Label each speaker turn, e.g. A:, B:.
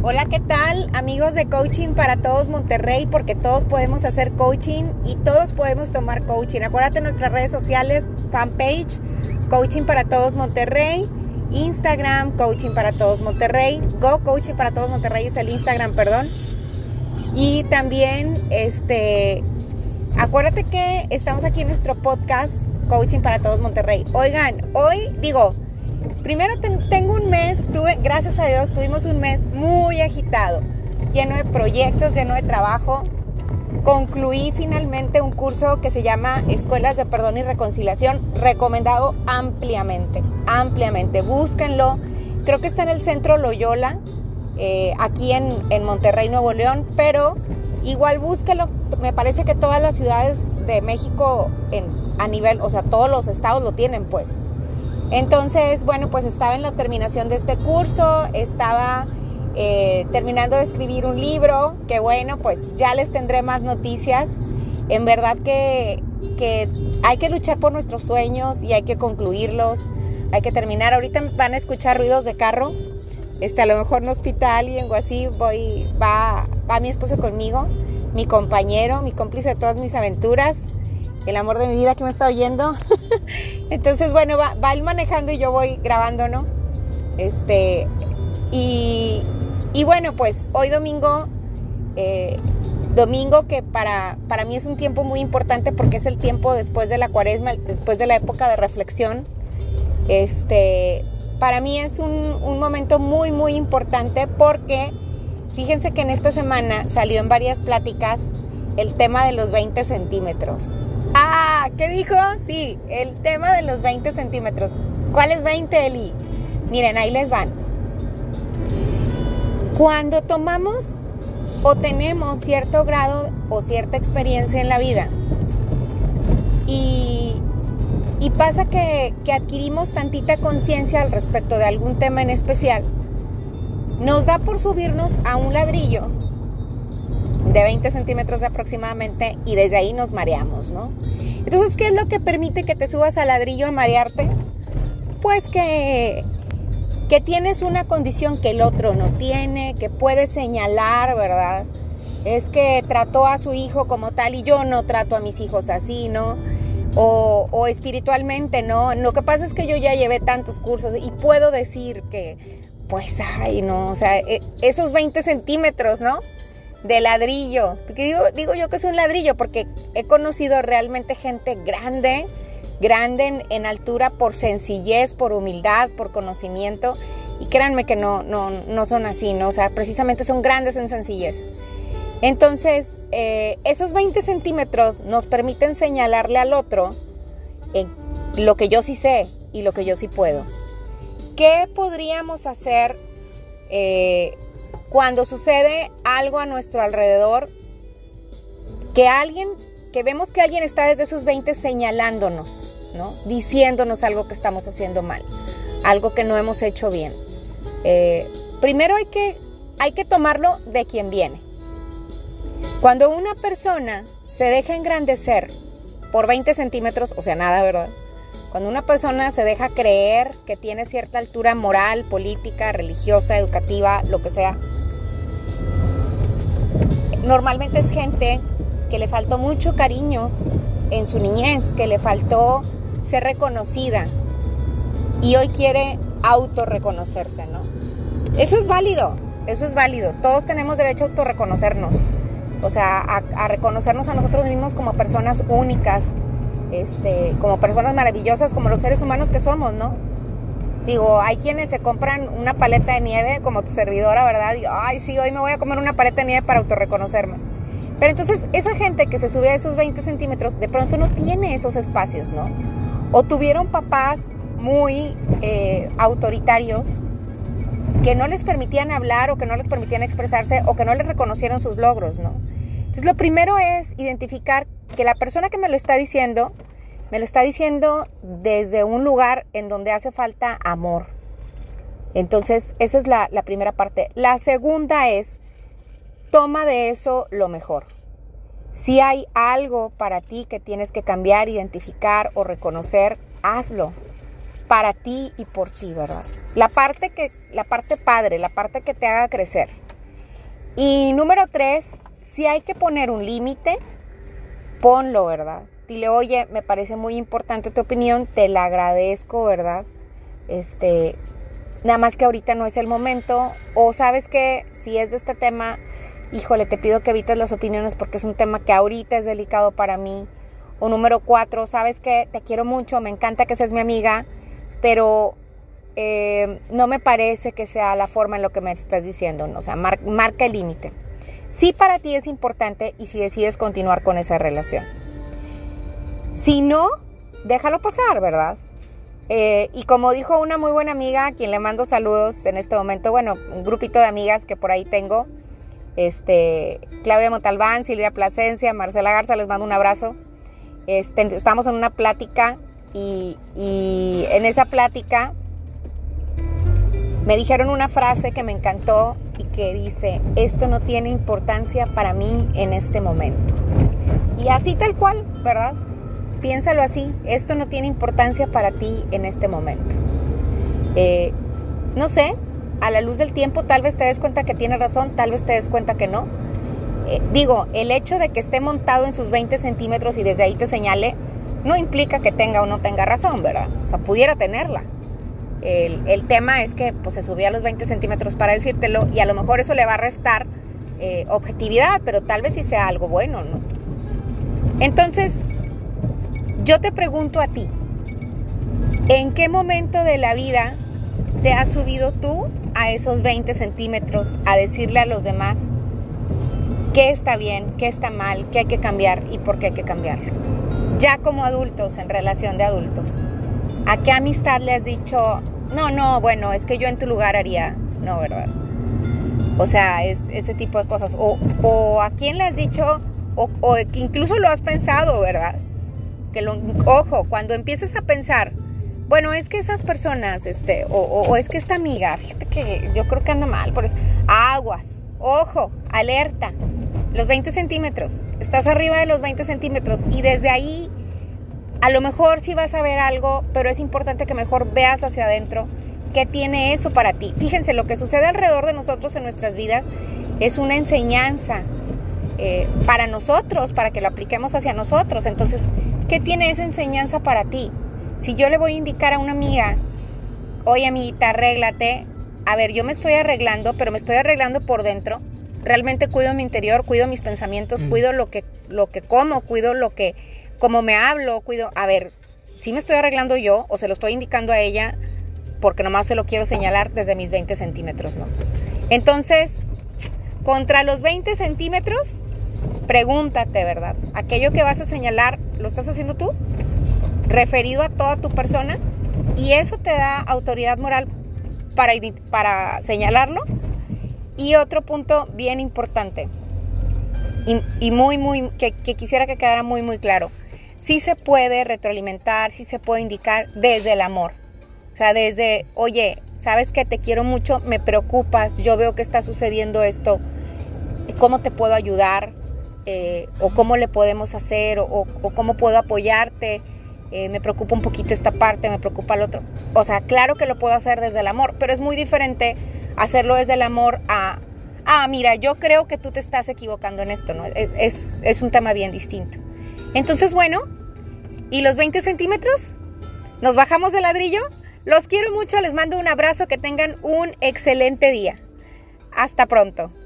A: Hola, ¿qué tal? Amigos de Coaching para Todos Monterrey, porque todos podemos hacer coaching y todos podemos tomar coaching. Acuérdate, nuestras redes sociales, fanpage, Coaching para Todos Monterrey, Instagram, Coaching para Todos Monterrey, Go Coaching para Todos Monterrey es el Instagram, perdón. Y también, acuérdate que estamos aquí en nuestro podcast, Coaching para Todos Monterrey. Oigan, primero tengo un mes, gracias a Dios, tuvimos un mes muy agitado, lleno de proyectos, lleno de trabajo. Concluí finalmente un curso que se llama Escuelas de Perdón y Reconciliación, recomendado ampliamente. Búsquenlo, creo que está en el Centro Loyola, aquí en Monterrey, Nuevo León, pero igual búsquenlo. Me parece que todas las ciudades de México a nivel, o sea, todos los estados lo tienen, pues. Entonces, bueno, pues estaba en la terminación de este curso, estaba terminando de escribir un libro, que bueno, pues ya les tendré más noticias. En verdad que hay que luchar por nuestros sueños y hay que concluirlos, hay que terminar. Ahorita van a escuchar ruidos de carro, a lo mejor no hospita alguien o así, va mi esposo conmigo, mi compañero, mi cómplice de todas mis aventuras, el amor de mi vida que me está oyendo. Entonces, bueno, va él manejando y yo voy grabando, ¿no? Y bueno, pues hoy domingo que para mí es un tiempo muy importante porque es el tiempo después de la Cuaresma, después de la época de reflexión. Para mí es un momento muy, muy importante porque fíjense que en esta semana salió en varias pláticas el tema de los 20 centímetros. Ah, ¿qué dijo? Sí, el tema de los 20 centímetros. ¿Cuáles 20, Eli? Miren, ahí les van. Cuando tomamos o tenemos cierto grado o cierta experiencia en la vida y pasa que adquirimos tantita conciencia al respecto de algún tema en especial, nos da por subirnos a un ladrillo de 20 centímetros aproximadamente y desde ahí nos mareamos, ¿no? Entonces, ¿qué es lo que permite que te subas al ladrillo a marearte? Pues que tienes una condición que el otro no tiene, que puedes señalar, ¿verdad? Es que trató a su hijo como tal y yo no trato a mis hijos así, ¿no? O espiritualmente, ¿no? Lo que pasa es que yo ya llevé tantos cursos y puedo decir que, pues, ay, no, o sea, esos 20 centímetros, ¿no? De ladrillo, porque digo yo que es un ladrillo porque he conocido realmente gente grande en altura por sencillez, por humildad, por conocimiento, y créanme que no son así, ¿no? O sea, precisamente son grandes en sencillez. Entonces, esos 20 centímetros nos permiten señalarle al otro lo que yo sí sé y lo que yo sí puedo. ¿Qué podríamos hacer cuando sucede algo a nuestro alrededor, que vemos que alguien está desde sus 20 señalándonos, ¿no? Diciéndonos algo que estamos haciendo mal, algo que no hemos hecho bien? Primero hay que tomarlo de quien viene. Cuando una persona se deja engrandecer por 20 centímetros, o sea, nada, ¿verdad? Cuando una persona se deja creer que tiene cierta altura moral, política, religiosa, educativa, lo que sea, normalmente es gente que le faltó mucho cariño en su niñez, que le faltó ser reconocida y hoy quiere autorreconocerse, ¿no? Eso es válido. Todos tenemos derecho a autorreconocernos, o sea, a reconocernos a nosotros mismos como personas únicas, como personas maravillosas, como los seres humanos que somos, ¿no? Digo, hay quienes se compran una paleta de nieve como tu servidora, ¿verdad? Y, ay, sí, hoy me voy a comer una paleta de nieve para autorreconocerme. Pero entonces esa gente que se sube a esos 20 centímetros de pronto no tiene esos espacios, ¿no? O tuvieron papás muy autoritarios que no les permitían hablar o que no les permitían expresarse o que no les reconocieron sus logros, ¿no? Entonces lo primero es identificar que la persona que me lo está diciendo desde un lugar en donde hace falta amor. Entonces esa es la primera parte. La segunda es: toma de eso lo mejor. Si hay algo para ti que tienes que cambiar, identificar o reconocer, hazlo. para ti y por ti, ¿verdad? La parte padre, la parte que te haga crecer. Y número 3, si hay que poner un límite, ponlo, ¿verdad? Dile, oye, me parece muy importante tu opinión, te la agradezco, ¿verdad? Nada más que ahorita no es el momento. O sabes que si es de este tema, híjole, te pido que evites las opiniones porque es un tema que ahorita es delicado para mí. O número 4, sabes que te quiero mucho, me encanta que seas mi amiga, pero no me parece que sea la forma en lo que me estás diciendo, ¿no? O sea, marca el límite. Si para ti es importante y si decides continuar con esa relación. Si no, déjalo pasar, ¿verdad? Y como dijo una muy buena amiga, a quien le mando saludos en este momento, bueno, un grupito de amigas que por ahí tengo, Claudia Montalbán, Silvia Plasencia, Marcela Garza, les mando un abrazo. Estamos en una plática y en esa plática me dijeron una frase que me encantó y que dice, esto no tiene importancia para mí en este momento. Y así tal cual, ¿verdad? Piénsalo así, esto no tiene importancia para ti en este momento. No sé, a la luz del tiempo tal vez te des cuenta que tiene razón, tal vez te des cuenta que no. El hecho de que esté montado en sus 20 centímetros y desde ahí te señale, no implica que tenga o no tenga razón, ¿verdad? O sea, pudiera tenerla. El tema es que pues, se subía a los 20 centímetros para decírtelo y a lo mejor eso le va a restar objetividad, pero tal vez sí sea algo bueno, ¿no? Entonces, yo te pregunto a ti, ¿en qué momento de la vida te has subido tú a esos 20 centímetros a decirle a los demás qué está bien, qué está mal, qué hay que cambiar y por qué hay que cambiarlo? Ya como adultos, en relación de adultos, ¿a qué amistad le has dicho, no, bueno, es que yo en tu lugar haría, no, ¿verdad? O sea, es ese tipo de cosas. O a quién le has dicho, o que incluso lo has pensado, ¿verdad? Ojo, cuando empieces a pensar, bueno, es que esas personas, o es que esta amiga, fíjate que yo creo que anda mal, por eso, aguas, ojo, alerta, los 20 centímetros, estás arriba de los 20 centímetros y desde ahí, a lo mejor sí vas a ver algo, pero es importante que mejor veas hacia adentro qué tiene eso para ti. Fíjense, lo que sucede alrededor de nosotros en nuestras vidas es una enseñanza para nosotros, para que lo apliquemos hacia nosotros. Entonces, ¿qué tiene esa enseñanza para ti? Si yo le voy a indicar a una amiga, oye amiguita, arréglate. A ver, yo me estoy arreglando, pero me estoy arreglando por dentro. Realmente cuido mi interior, cuido mis pensamientos, cuido lo que como, cuido como me hablo, cuido. A ver, ¿sí me estoy arreglando yo o se lo estoy indicando a ella porque nomás se lo quiero señalar desde mis 20 centímetros, ¿no? Entonces, contra los 20 centímetros, pregúntate, ¿verdad? ¿Aquello que vas a señalar, lo estás haciendo tú? Referido a toda tu persona, y eso te da autoridad moral para señalarlo. Y otro punto bien importante y muy que quisiera que quedara muy muy claro, sí se puede retroalimentar, sí se puede indicar desde el amor, o sea, desde, oye, sabes que te quiero mucho, me preocupas, yo veo que está sucediendo esto, ¿cómo te puedo ayudar? O cómo le podemos hacer, o cómo puedo apoyarte, me preocupa un poquito esta parte, me preocupa el otro. O sea, claro que lo puedo hacer desde el amor, pero es muy diferente hacerlo desde el amor mira, yo creo que tú te estás equivocando en esto, ¿no? Es un tema bien distinto. Entonces, bueno, ¿y los 20 centímetros? ¿Nos bajamos del ladrillo? Los quiero mucho, les mando un abrazo, que tengan un excelente día. Hasta pronto.